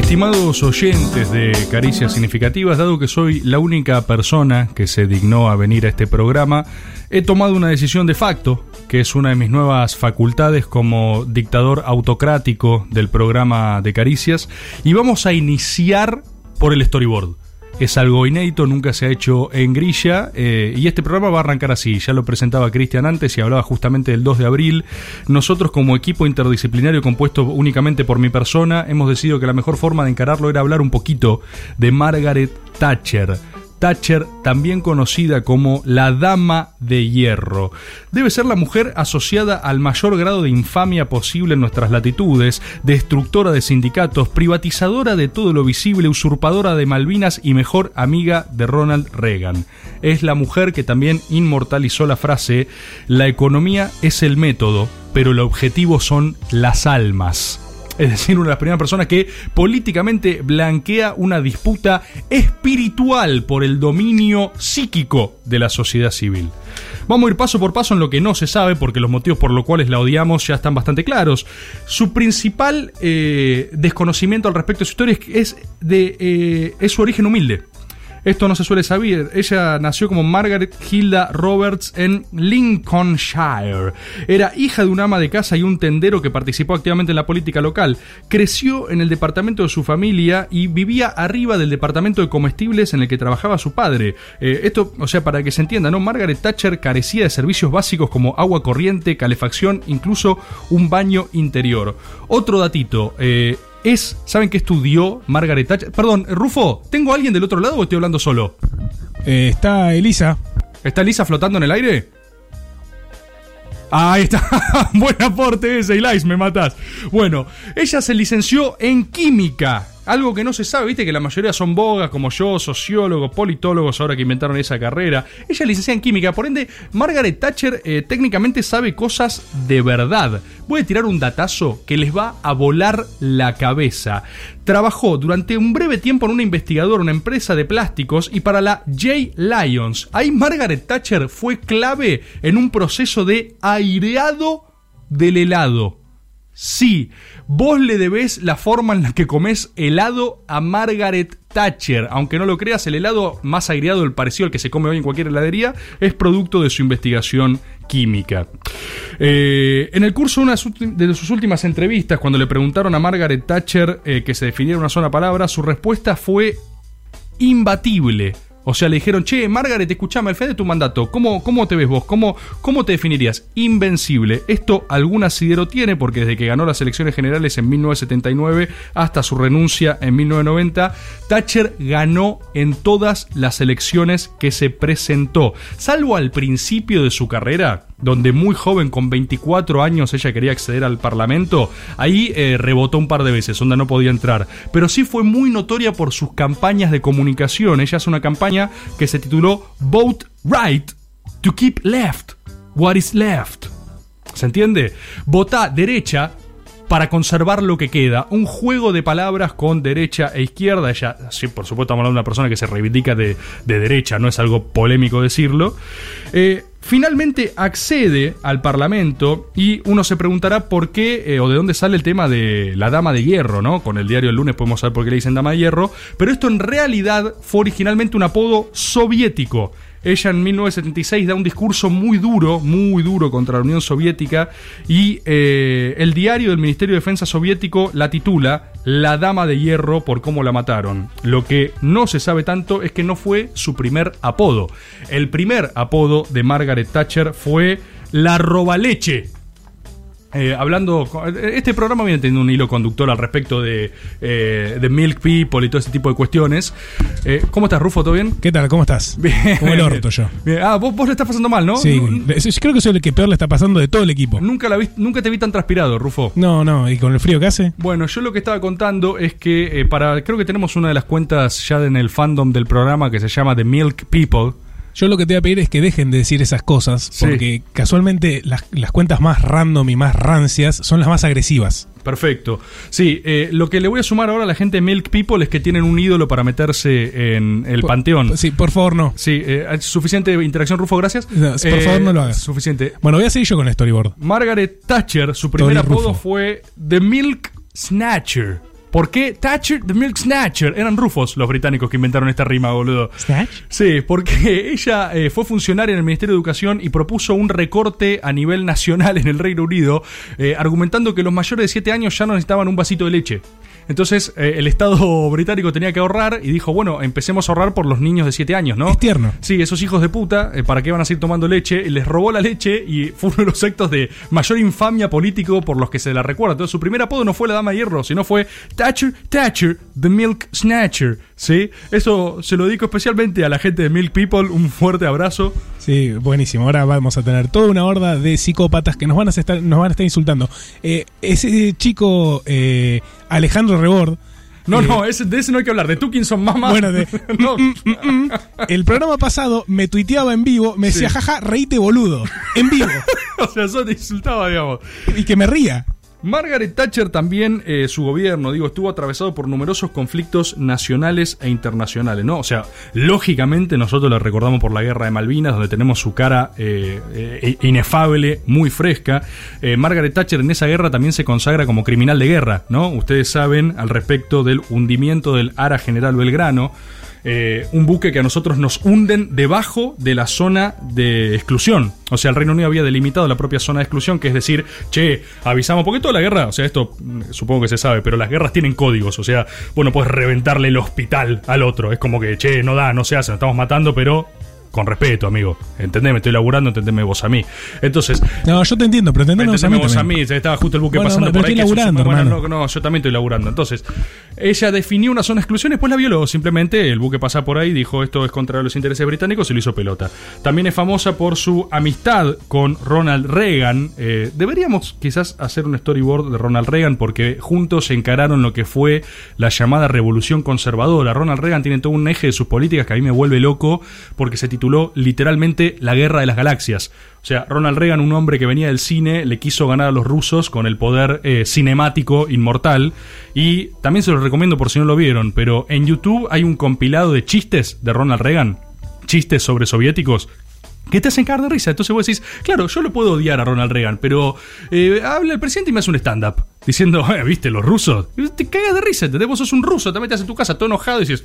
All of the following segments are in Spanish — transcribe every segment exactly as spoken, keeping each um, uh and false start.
Estimados oyentes de Caricias Significativas, dado que soy la única persona que se dignó a venir a este programa, he tomado una decisión de facto, que es una de mis nuevas facultades como dictador autocrático del programa de Caricias, y vamos a iniciar por el storyboard. Es algo inédito, nunca se ha hecho en grilla, eh, y este programa va a arrancar así. Ya lo presentaba Cristian antes y hablaba justamente del dos de abril. Nosotros, como equipo interdisciplinario compuesto únicamente por mi persona, hemos decidido que la mejor forma de encararlo era hablar un poquito de Margaret Thatcher. Thatcher, también conocida como la Dama de Hierro. Debe ser la mujer asociada al mayor grado de infamia posible en nuestras latitudes, destructora de sindicatos, privatizadora de todo lo visible, usurpadora de Malvinas y mejor amiga de Ronald Reagan. Es la mujer que también inmortalizó la frase: la economía es el método, pero el objetivo son las almas. Es decir, una de las primeras personas que políticamente blanquea una disputa espiritual por el dominio psíquico de la sociedad civil. Vamos a ir paso por paso en lo que no se sabe, porque los motivos por los cuales la odiamos ya están bastante claros. Su principal eh, desconocimiento al respecto de su historia es, de, eh, es su origen humilde. Esto no se suele saber. Ella nació como Margaret Hilda Roberts en Lincolnshire. Era hija de una ama de casa y un tendero que participó activamente en la política local. Creció en el departamento de su familia y vivía arriba del departamento de comestibles en el que trabajaba su padre. Eh, esto, o sea, para que se entienda, ¿no? Margaret Thatcher carecía de servicios básicos como agua corriente, calefacción, incluso un baño interior. Otro datito, eh... Es, ¿saben qué estudió Margaret Thatcher? Perdón, Rufo, ¿tengo a alguien del otro lado o estoy hablando solo? Eh, está Elisa. ¿Está Elisa flotando en el aire? Ahí está, buen aporte ese, Elias, me matás. Bueno, ella se licenció en química. Algo que no se sabe, viste que la mayoría son bogas, como yo, sociólogos, politólogos, ahora que inventaron esa carrera. Ella es licenciada en química, por ende, Margaret Thatcher eh, técnicamente sabe cosas de verdad. Voy a tirar un datazo que les va a volar la cabeza. Trabajó durante un breve tiempo en una investigadora, una empresa de plásticos, y para la J. Lyons. Ahí Margaret Thatcher fue clave en un proceso de aireado del helado. Sí, vos le debés la forma en la que comés helado a Margaret Thatcher. Aunque no lo creas, el helado más aireado, el parecido al que se come hoy en cualquier heladería, es producto de su investigación química. Eh, en el curso de una de sus últimas entrevistas, cuando le preguntaron a Margaret Thatcher eh, que se definiera una sola palabra, su respuesta fue imbatible. O sea, le dijeron: che, Margaret, escuchame, al final de tu mandato, ¿cómo, cómo te ves vos? ¿Cómo, ¿Cómo te definirías? Invencible. Esto algún asidero tiene, porque desde que ganó las elecciones generales en mil novecientos setenta y nueve hasta su renuncia en mil novecientos noventa, Thatcher ganó en todas las elecciones que se presentó. Salvo al principio de su carrera, donde muy joven, con veinticuatro años, ella quería acceder al Parlamento. Ahí eh, rebotó un par de veces, donde no podía entrar. Pero sí fue muy notoria por sus campañas de comunicación. Ella hace una campaña que se tituló Vote Right to Keep Left What is Left. ¿Se entiende? Votá derecha para conservar lo que queda. Un juego de palabras con derecha e izquierda. Ella, sí, por supuesto, estamos hablando de una persona que se reivindica de, de derecha, no es algo polémico decirlo. Eh, finalmente accede al Parlamento y uno se preguntará por qué eh, o de dónde sale el tema de la Dama de Hierro, ¿no? Con el diario El Lunes podemos saber por qué le dicen Dama de Hierro, pero esto en realidad fue originalmente un apodo soviético. Ella en mil novecientos setenta y seis da un discurso muy duro, muy duro contra la Unión Soviética, y eh, el diario del Ministerio de Defensa soviético la titula La Dama de Hierro por cómo la mataron. Lo que no se sabe tanto es que no fue su primer apodo. El primer apodo de Margaret Thatcher fue la Robaleche. Eh, hablando, este programa viene teniendo un hilo conductor al respecto de, eh, de Milk People y todo ese tipo de cuestiones. Eh, ¿Cómo estás, Rufo? ¿Todo bien? ¿Qué tal? ¿Cómo estás? Bien. Como el orto yo. Bien. Ah, vos, vos le estás pasando mal, ¿no? Sí, yo creo que soy el que peor le está pasando de todo el equipo. Nunca, la vi, nunca te vi tan transpirado, Rufo. No, no, ¿y con el frío que hace? Bueno, yo lo que estaba contando es que eh, para creo que tenemos una de las cuentas ya en el fandom del programa que se llama The Milk People. Yo lo que te voy a pedir es que dejen de decir esas cosas, sí, porque casualmente las, las cuentas más random y más rancias son las más agresivas. Perfecto. Sí, eh, lo que le voy a sumar ahora a la gente de Milk People es que tienen un ídolo para meterse en el por, panteón. Sí, por favor, no. Sí, eh, suficiente interacción, Rufo, gracias. No, por eh, favor, no lo hagas. Suficiente. Bueno, voy a seguir yo con el storyboard. Margaret Thatcher, su primer Story apodo Rufo. fue The Milk Snatcher. ¿Por qué Thatcher the Milk Snatcher? Eran rufos los británicos que inventaron esta rima, boludo. ¿Snatch? Sí, porque ella eh, fue funcionaria en el Ministerio de Educación y propuso un recorte a nivel nacional en el Reino Unido, eh, argumentando que los mayores de siete años ya no necesitaban un vasito de leche. Entonces eh, el Estado británico tenía que ahorrar y dijo, bueno, empecemos a ahorrar por los niños de siete años, ¿no? Es tierno. Sí, esos hijos de puta, eh, ¿para qué van a seguir tomando leche? Les robó la leche y fue uno de los actos de mayor infamia político por los que se la recuerda. Entonces su primer apodo no fue la Dama de Hierro, sino fue Thatcher, Thatcher, the Milk Snatcher, ¿sí? Eso se lo dedico especialmente a la gente de Milk People, un fuerte abrazo. Sí, buenísimo. Ahora vamos a tener toda una horda de psicópatas que nos van a estar, nos van a estar insultando. Eh, ese chico eh, Alejandro Rebord. No, eh, no, ese, de ese no hay que hablar. De Tukinson Mama. Bueno, de, no. mm, mm, mm, el programa pasado me tuiteaba en vivo, me decía, Sí. jaja, reíte boludo. En vivo. O sea, eso te insultaba, digamos. Y que me ría. Margaret Thatcher también, eh, su gobierno, digo, estuvo atravesado por numerosos conflictos nacionales e internacionales, ¿no? O sea, lógicamente nosotros la recordamos por la Guerra de Malvinas, donde tenemos su cara eh, eh, inefable, muy fresca. Eh, Margaret Thatcher en esa guerra también se consagra como criminal de guerra, ¿no? Ustedes saben al respecto del hundimiento del Ara General Belgrano. Eh, un buque que a nosotros nos hunden debajo de la zona de exclusión. O sea, el Reino Unido había delimitado la propia zona de exclusión, que es decir, che, avisamos, porque toda la guerra, o sea, esto supongo que se sabe, pero las guerras tienen códigos, o sea, bueno, puedes reventarle el hospital al otro, es como que, che, no da, no se hace, nos estamos matando, pero con respeto, amigo. ¿Entendés? Me estoy laburando, entendeme vos a mí. Entonces... No, yo te entiendo, pero entendeme vos a mí vos a también. mí. Estaba justo el buque Bueno, pasando no, por pero ahí. estoy que laburando, bueno, hermano. no, no, yo también estoy laburando. Entonces, ella definió una zona de exclusión y después la violó. Simplemente el buque pasa por ahí, dijo esto es contra los intereses británicos y lo hizo pelota. También es famosa por su amistad con Ronald Reagan. Eh, deberíamos quizás hacer un storyboard de Ronald Reagan porque juntos encararon lo que fue la llamada revolución conservadora. Ronald Reagan tiene todo un eje de sus políticas que a mí me vuelve loco porque se tituló literalmente La Guerra de las Galaxias. O sea, Ronald Reagan, un hombre que venía del cine, le quiso ganar a los rusos con el poder eh, cinemático inmortal. Y también se los recomiendo por si no lo vieron, pero en YouTube hay un compilado de chistes de Ronald Reagan, chistes sobre soviéticos, que te hacen cagar de risa. Entonces vos decís, claro, yo lo puedo odiar a Ronald Reagan, pero eh, habla el presidente y me hace un stand-up diciendo, eh, ¿viste los rusos? Y te cagas de risa, ¿entendés? Vos sos un ruso, te metes en tu casa todo enojado y dices,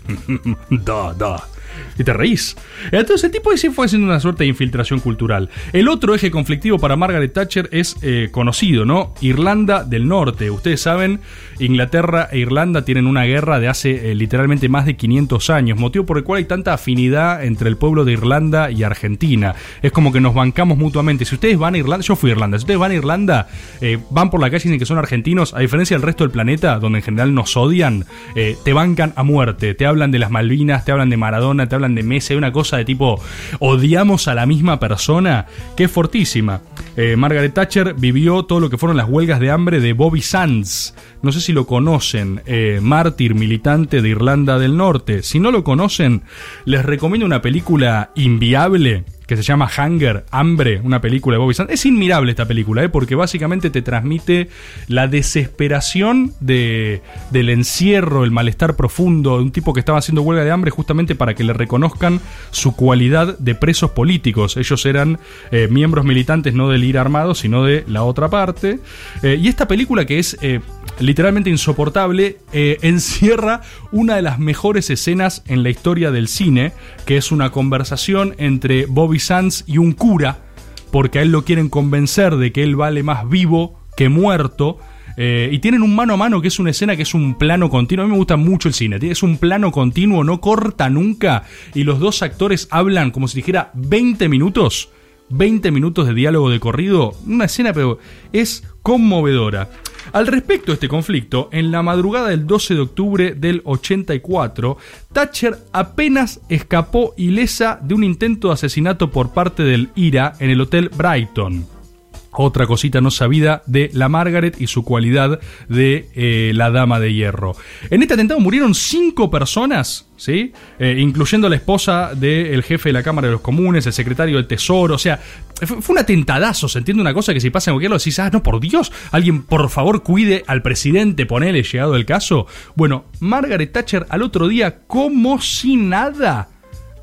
da, da. Y te reís. Entonces el tipo sí fue haciendo una suerte de infiltración cultural. El otro eje conflictivo para Margaret Thatcher es eh, conocido, ¿no? Irlanda del Norte. Ustedes saben, Inglaterra e Irlanda tienen una guerra de hace eh, literalmente más de quinientos años, motivo por el cual hay tanta afinidad entre el pueblo de Irlanda y Argentina. Es como que nos bancamos mutuamente. Si ustedes van a Irlanda, yo fui a Irlanda, si ustedes van a Irlanda, eh, van por la calle y dicen que son argentinos, a diferencia del resto del planeta, donde en general nos odian, eh, te bancan a muerte, te hablan de las Malvinas, te hablan de Maradona, te hablan de Messi, hay una cosa de tipo odiamos a la misma persona que es fortísima. eh, Margaret Thatcher vivió todo lo que fueron las huelgas de hambre de Bobby Sands, no sé si lo conocen, eh, mártir militante de Irlanda del Norte. Si no lo conocen, les recomiendo una película inviable que se llama Hunger, Hambre, una película de Bobby Sands. Es inmirable esta película, ¿eh? Porque básicamente te transmite la desesperación de, del encierro, el malestar profundo de un tipo que estaba haciendo huelga de hambre justamente para que le reconozcan su cualidad de presos políticos. Ellos eran eh, miembros militantes no del I R A armado, sino de la otra parte. Eh, y esta película, que es eh, literalmente insoportable, eh, encierra una de las mejores escenas en la historia del cine, que es una conversación entre Bobby Sands y un cura, porque a él lo quieren convencer de que él vale más vivo que muerto. Eh, y tienen un mano a mano que es una escena que es un plano continuo. A mí me gusta mucho el cine, es un plano continuo, no corta nunca, y los dos actores hablan como si dijera veinte minutos veinte minutos de diálogo de corrido. Una escena, pero es conmovedora. Al respecto de este conflicto, en la madrugada del doce de octubre del ochenta y cuatro, Thatcher apenas escapó ilesa de un intento de asesinato por parte del I R A en el Hotel Brighton. Otra cosita no sabida de la Margaret y su cualidad de eh, la Dama de Hierro. En este atentado murieron cinco personas, ¿sí? Eh, incluyendo la esposa del jefe de la Cámara de los Comunes, el secretario del Tesoro. O sea, fue, fue un atentadazo. ¿Se entiende una cosa que si pasa en cualquier lado decís, ah, no, por Dios, alguien por favor cuide al presidente, ponele, llegado el caso? Bueno, Margaret Thatcher al otro día, como si nada,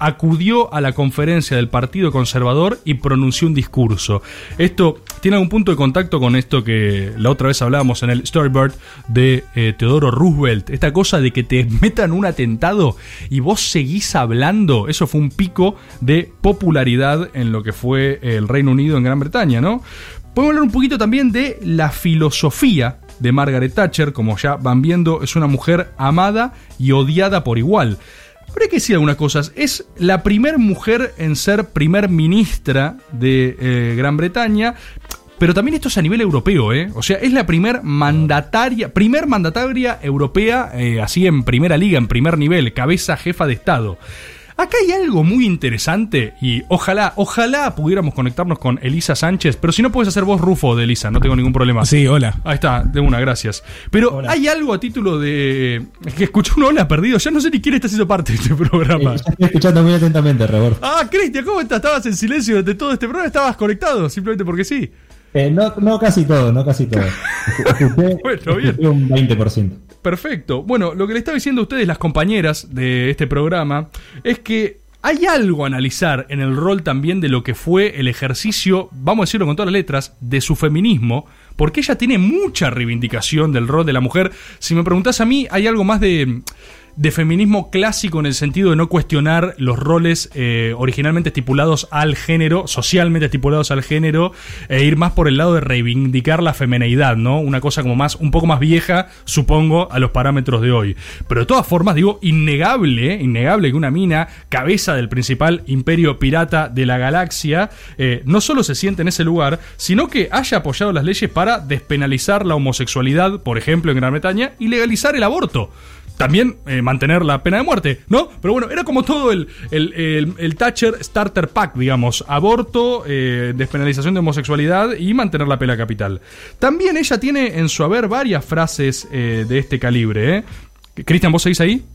acudió a la conferencia del Partido Conservador y pronunció un discurso. Esto tiene algún punto de contacto con esto que la otra vez hablábamos en el Storyboard de eh, Teodoro Roosevelt. Esta cosa de que te metan un atentado y vos seguís hablando. Eso fue un pico de popularidad en lo que fue el Reino Unido en Gran Bretaña, ¿no? Podemos hablar un poquito también de la filosofía de Margaret Thatcher. Como ya van viendo, es una mujer amada y odiada por igual. Pero hay que decir algunas cosas. Es la primer mujer en ser primer ministra de eh, Gran Bretaña. Pero también esto es a nivel europeo, ¿eh? O sea, es la primer mandataria, primer mandataria europea, eh, así en primera liga, en primer nivel, cabeza jefa de Estado. Acá hay algo muy interesante y ojalá, ojalá pudiéramos conectarnos con Elisa Sánchez, pero si no puedes hacer voz Rufo de Elisa, no tengo ningún problema. Sí, hola. Ahí está, de una, gracias. Pero hola. Hay algo a título de... que escuché un hola perdido, ya no sé ni quién está haciendo parte de este programa. Eh, ya estoy escuchando muy atentamente, Rebor. Ah, Cristian, ¿cómo estás? Estabas en silencio desde todo este programa, estabas conectado, simplemente porque sí. Eh, no, no casi todo, no casi todo. Escuché, bueno, bien. Escuché un veinte por ciento. Perfecto. Bueno, lo que le estaba diciendo a ustedes, las compañeras de este programa, es que hay algo a analizar en el rol también de lo que fue el ejercicio, vamos a decirlo con todas las letras, de su feminismo, porque ella tiene mucha reivindicación del rol de la mujer. Si me preguntás a mí, hay algo más de... de feminismo clásico en el sentido de no cuestionar los roles eh, originalmente estipulados al género, socialmente estipulados al género, e ir más por el lado de reivindicar la femineidad, ¿no? Una cosa como más, un poco más vieja, supongo, a los parámetros de hoy. Pero de todas formas, digo, innegable, ¿eh? innegable que una mina, cabeza del principal imperio pirata de la galaxia, eh, no solo se siente en ese lugar, sino que haya apoyado las leyes para despenalizar la homosexualidad, por ejemplo, en Gran Bretaña, y legalizar el aborto. También eh, mantener la pena de muerte, ¿no? Pero bueno, era como todo el, el, el, el Thatcher Starter Pack, digamos. Aborto, eh, despenalización de homosexualidad y mantener la pena capital. También ella tiene en su haber varias frases eh, de este calibre, ¿eh? Cristian, ¿vos seguís ahí?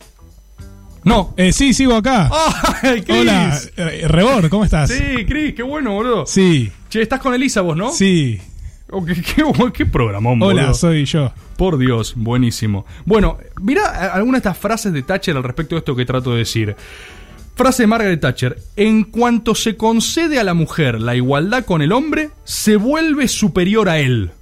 No. Eh, sí, sigo acá. ¡Ay, Cris! Hola, eh, Rebor, ¿cómo estás? Sí, Cris, qué bueno, boludo. Sí. Che, estás con Elisa vos, ¿no? Sí. Oh, ¿Qué, qué, qué programón, boludo? Hola, soy yo. Por Dios, buenísimo. Bueno, mirá algunas de estas frases de Thatcher al respecto de esto que trato de decir. Frase de Margaret Thatcher: en cuanto se concede a la mujer la igualdad con el hombre, se vuelve superior a él.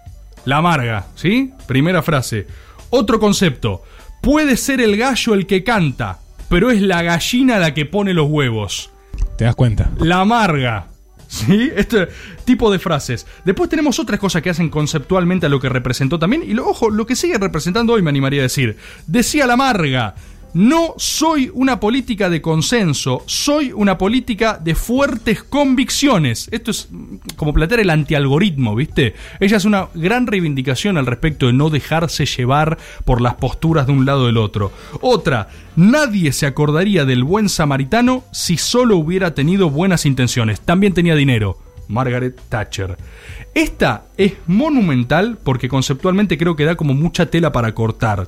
La amarga, ¿sí? Primera frase. Otro concepto: puede ser el gallo el que canta, pero es la gallina la que pone los huevos. ¿Te das cuenta? La amarga. ¿Sí? Este tipo de frases. Después tenemos otras cosas que hacen conceptualmente a lo que representó también. Y lo, ojo, lo que sigue representando hoy, me animaría a decir. Decía la amarga: no soy una política de consenso, soy una política de fuertes convicciones. Esto es como plantear el antialgoritmo, ¿viste? Ella hace una gran reivindicación al respecto de no dejarse llevar por las posturas de un lado o del otro. Otra: nadie se acordaría del buen samaritano si solo hubiera tenido buenas intenciones. También tenía dinero. Margaret Thatcher. Esta es monumental porque conceptualmente creo que da como mucha tela para cortar.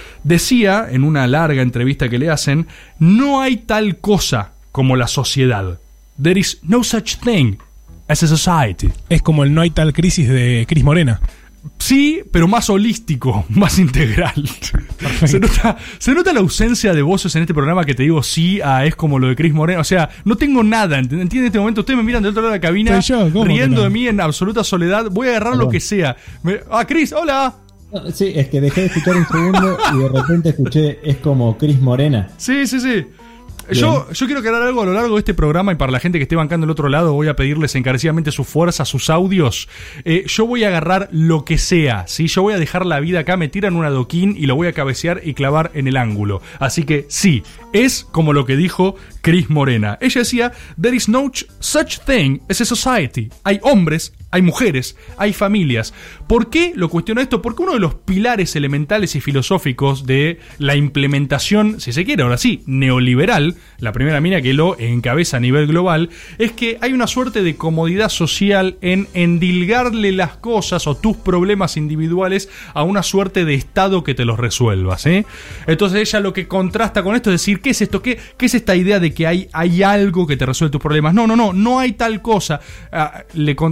Decía en una larga entrevista que le hacen: no hay tal cosa como la sociedad. There is no such thing as a society. Es como el No hay tal crisis de Cris Morena. Sí, pero más holístico, más integral. Se nota, se nota la ausencia de voces en este programa que te digo sí a es como lo de Cris Morena. O sea, no tengo nada, ¿entiendes? En este momento ustedes me miran del otro lado de la cabina, yo, riendo no? de mí en absoluta soledad. Voy a agarrar lo que sea. Me, ah, Cris, hola. Sí, es que dejé de escuchar un segundo y de repente escuché es como Cris Morena. Sí, sí, sí. Yo, yo quiero aclarar algo a lo largo de este programa, y para la gente que esté bancando del otro lado voy a pedirles encarecidamente su fuerza, sus audios. Eh, yo voy a agarrar lo que sea, ¿sí? Yo voy a dejar la vida acá, me tiran un adoquín y lo voy a cabecear y clavar en el ángulo. Así que sí, es como lo que dijo Cris Morena. Ella decía: there is no such thing as a society. Hay hombres, hay mujeres, hay familias. ¿Por qué lo cuestiono esto? Porque uno de los pilares elementales y filosóficos de la implementación, si se quiere, ahora sí, neoliberal, la primera mina que lo encabeza a nivel global, es que hay una suerte de comodidad social en endilgarle las cosas o tus problemas individuales a una suerte de Estado que te los resuelva, ¿sí? Entonces ella lo que contrasta con esto es decir: ¿qué es esto? ¿Qué, qué es esta idea de que hay, hay algo que te resuelve tus problemas? No, no, no, no hay tal cosa. Ah, le contrastaban una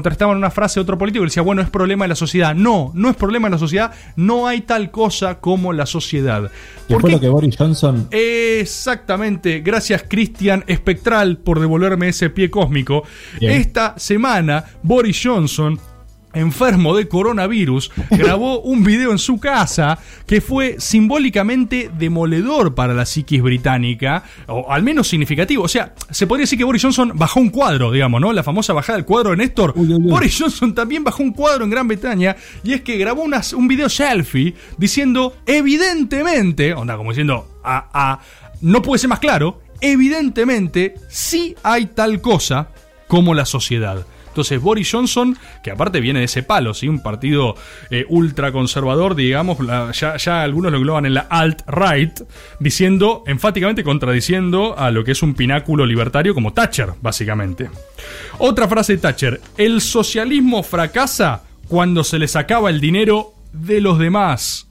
frase de otro político que decía, bueno, es problema de la sociedad. No, no es problema de la sociedad, no hay tal cosa como la sociedad. ¿Qué fue lo que Boris Johnson? Exactamente, gracias Cristian Espectral por devolverme ese pie cósmico. Bien. Esta semana Boris Johnson, enfermo de coronavirus, grabó un video en su casa que fue simbólicamente demoledor para la psiquis británica, o al menos significativo. O sea, se podría decir que Boris Johnson bajó un cuadro, digamos, ¿no? La famosa bajada del cuadro de Néstor. Uy, uy, uy. Boris Johnson también bajó un cuadro en Gran Bretaña, y es que grabó una, un video selfie diciendo, evidentemente, onda, como diciendo, a, a, no puede ser más claro, evidentemente sí hay tal cosa como la sociedad. Entonces Boris Johnson, que aparte viene de ese palo, ¿sí? Un partido eh, ultraconservador, digamos, la, ya, ya algunos lo engloban en la alt-right, diciendo, enfáticamente contradiciendo a lo que es un pináculo libertario como Thatcher, básicamente. Otra frase de Thatcher: el socialismo fracasa cuando se les acaba el dinero de los demás.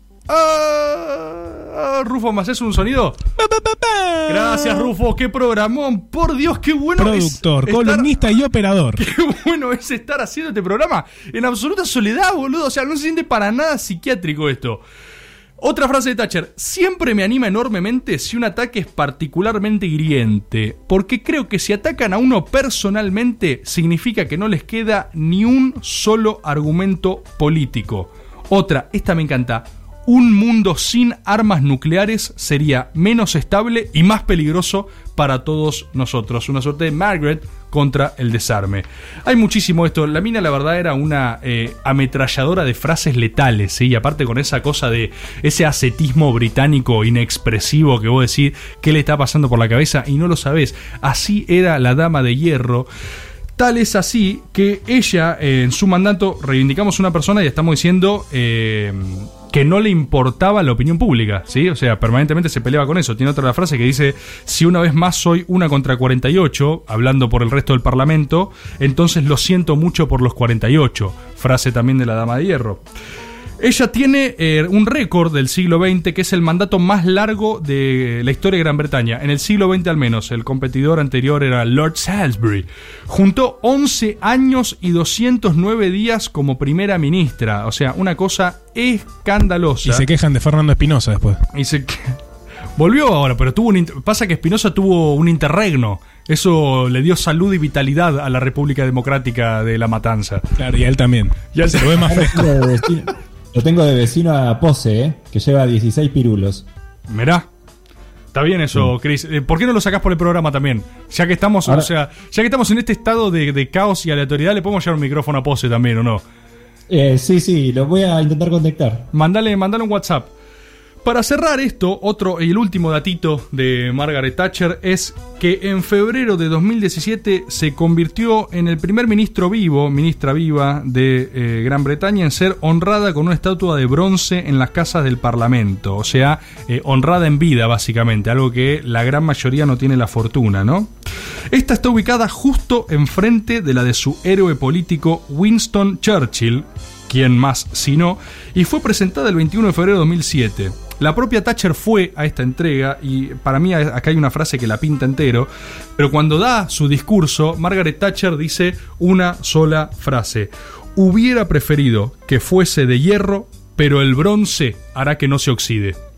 Ah, Rufo, ¿me haces un sonido? Gracias, Rufo, qué programón. Por Dios, qué bueno. Productor, es columnista estar, y operador. Qué bueno es estar haciendo este programa en absoluta soledad, boludo. O sea, no se siente para nada psiquiátrico esto. Otra frase de Thatcher: siempre me anima enormemente si un ataque es particularmente hiriente, porque creo que si atacan a uno personalmente significa que no les queda ni un solo argumento político. Otra, esta me encanta: un mundo sin armas nucleares sería menos estable y más peligroso para todos nosotros. Una suerte de Margaret contra el desarme. Hay muchísimo esto. La mina, la verdad, era una eh, ametralladora de frases letales, ¿sí? Y aparte con esa cosa de ese ascetismo británico inexpresivo que vos decís, ¿qué le está pasando por la cabeza? Y no lo sabés. Así era la Dama de Hierro. Tal es así que ella, eh, en su mandato, reivindicamos una persona y estamos diciendo eh, que no le importaba la opinión pública, ¿sí? O sea, permanentemente se peleaba con eso. Tiene otra frase que dice: si una vez más soy una contra cuarenta y ocho, hablando por el resto del parlamento, entonces lo siento mucho por los cuarenta y ocho. Frase también de la Dama de Hierro. Ella tiene eh, un récord del siglo veinte, que es el mandato más largo de la historia de Gran Bretaña. En el siglo veinte al menos. El competidor anterior era Lord Salisbury. Juntó once años y doscientos nueve días como primera ministra. O sea, una cosa escandalosa. Y se quejan de Fernando Espinosa después. Y se... Volvió ahora, pero tuvo un inter... pasa que Espinosa tuvo un interregno. Eso le dio salud y vitalidad a la República Democrática de La Matanza. Claro, y a él también. Ya se lo ve más fresco. Lo tengo de vecino a Pose, ¿eh? Que lleva dieciséis pirulos. Mirá. Está bien eso, sí. Chris. ¿Por qué no lo sacás por el programa también? Ya que estamos, Ahora, o sea, ya que estamos en este estado de, de caos y aleatoriedad, ¿le podemos llevar un micrófono a Pose también o no? Eh, sí, sí, lo voy a intentar contactar. Mandale, mandale un WhatsApp. Para cerrar esto, otro y el último datito de Margaret Thatcher es que en febrero de dos mil diecisiete se convirtió en el primer ministro vivo, ministra viva de eh, Gran Bretaña, en ser honrada con una estatua de bronce en las casas del Parlamento. O sea, eh, honrada en vida, básicamente, algo que la gran mayoría no tiene la fortuna, ¿no? Esta está ubicada justo enfrente de la de su héroe político Winston Churchill, quien más si no, y fue presentada el veintiuno de febrero de dos mil siete. La propia Thatcher fue a esta entrega y para mí acá hay una frase que la pinta entero, pero cuando da su discurso, Margaret Thatcher dice una sola frase: hubiera preferido que fuese de hierro, pero el bronce hará que no se oxide.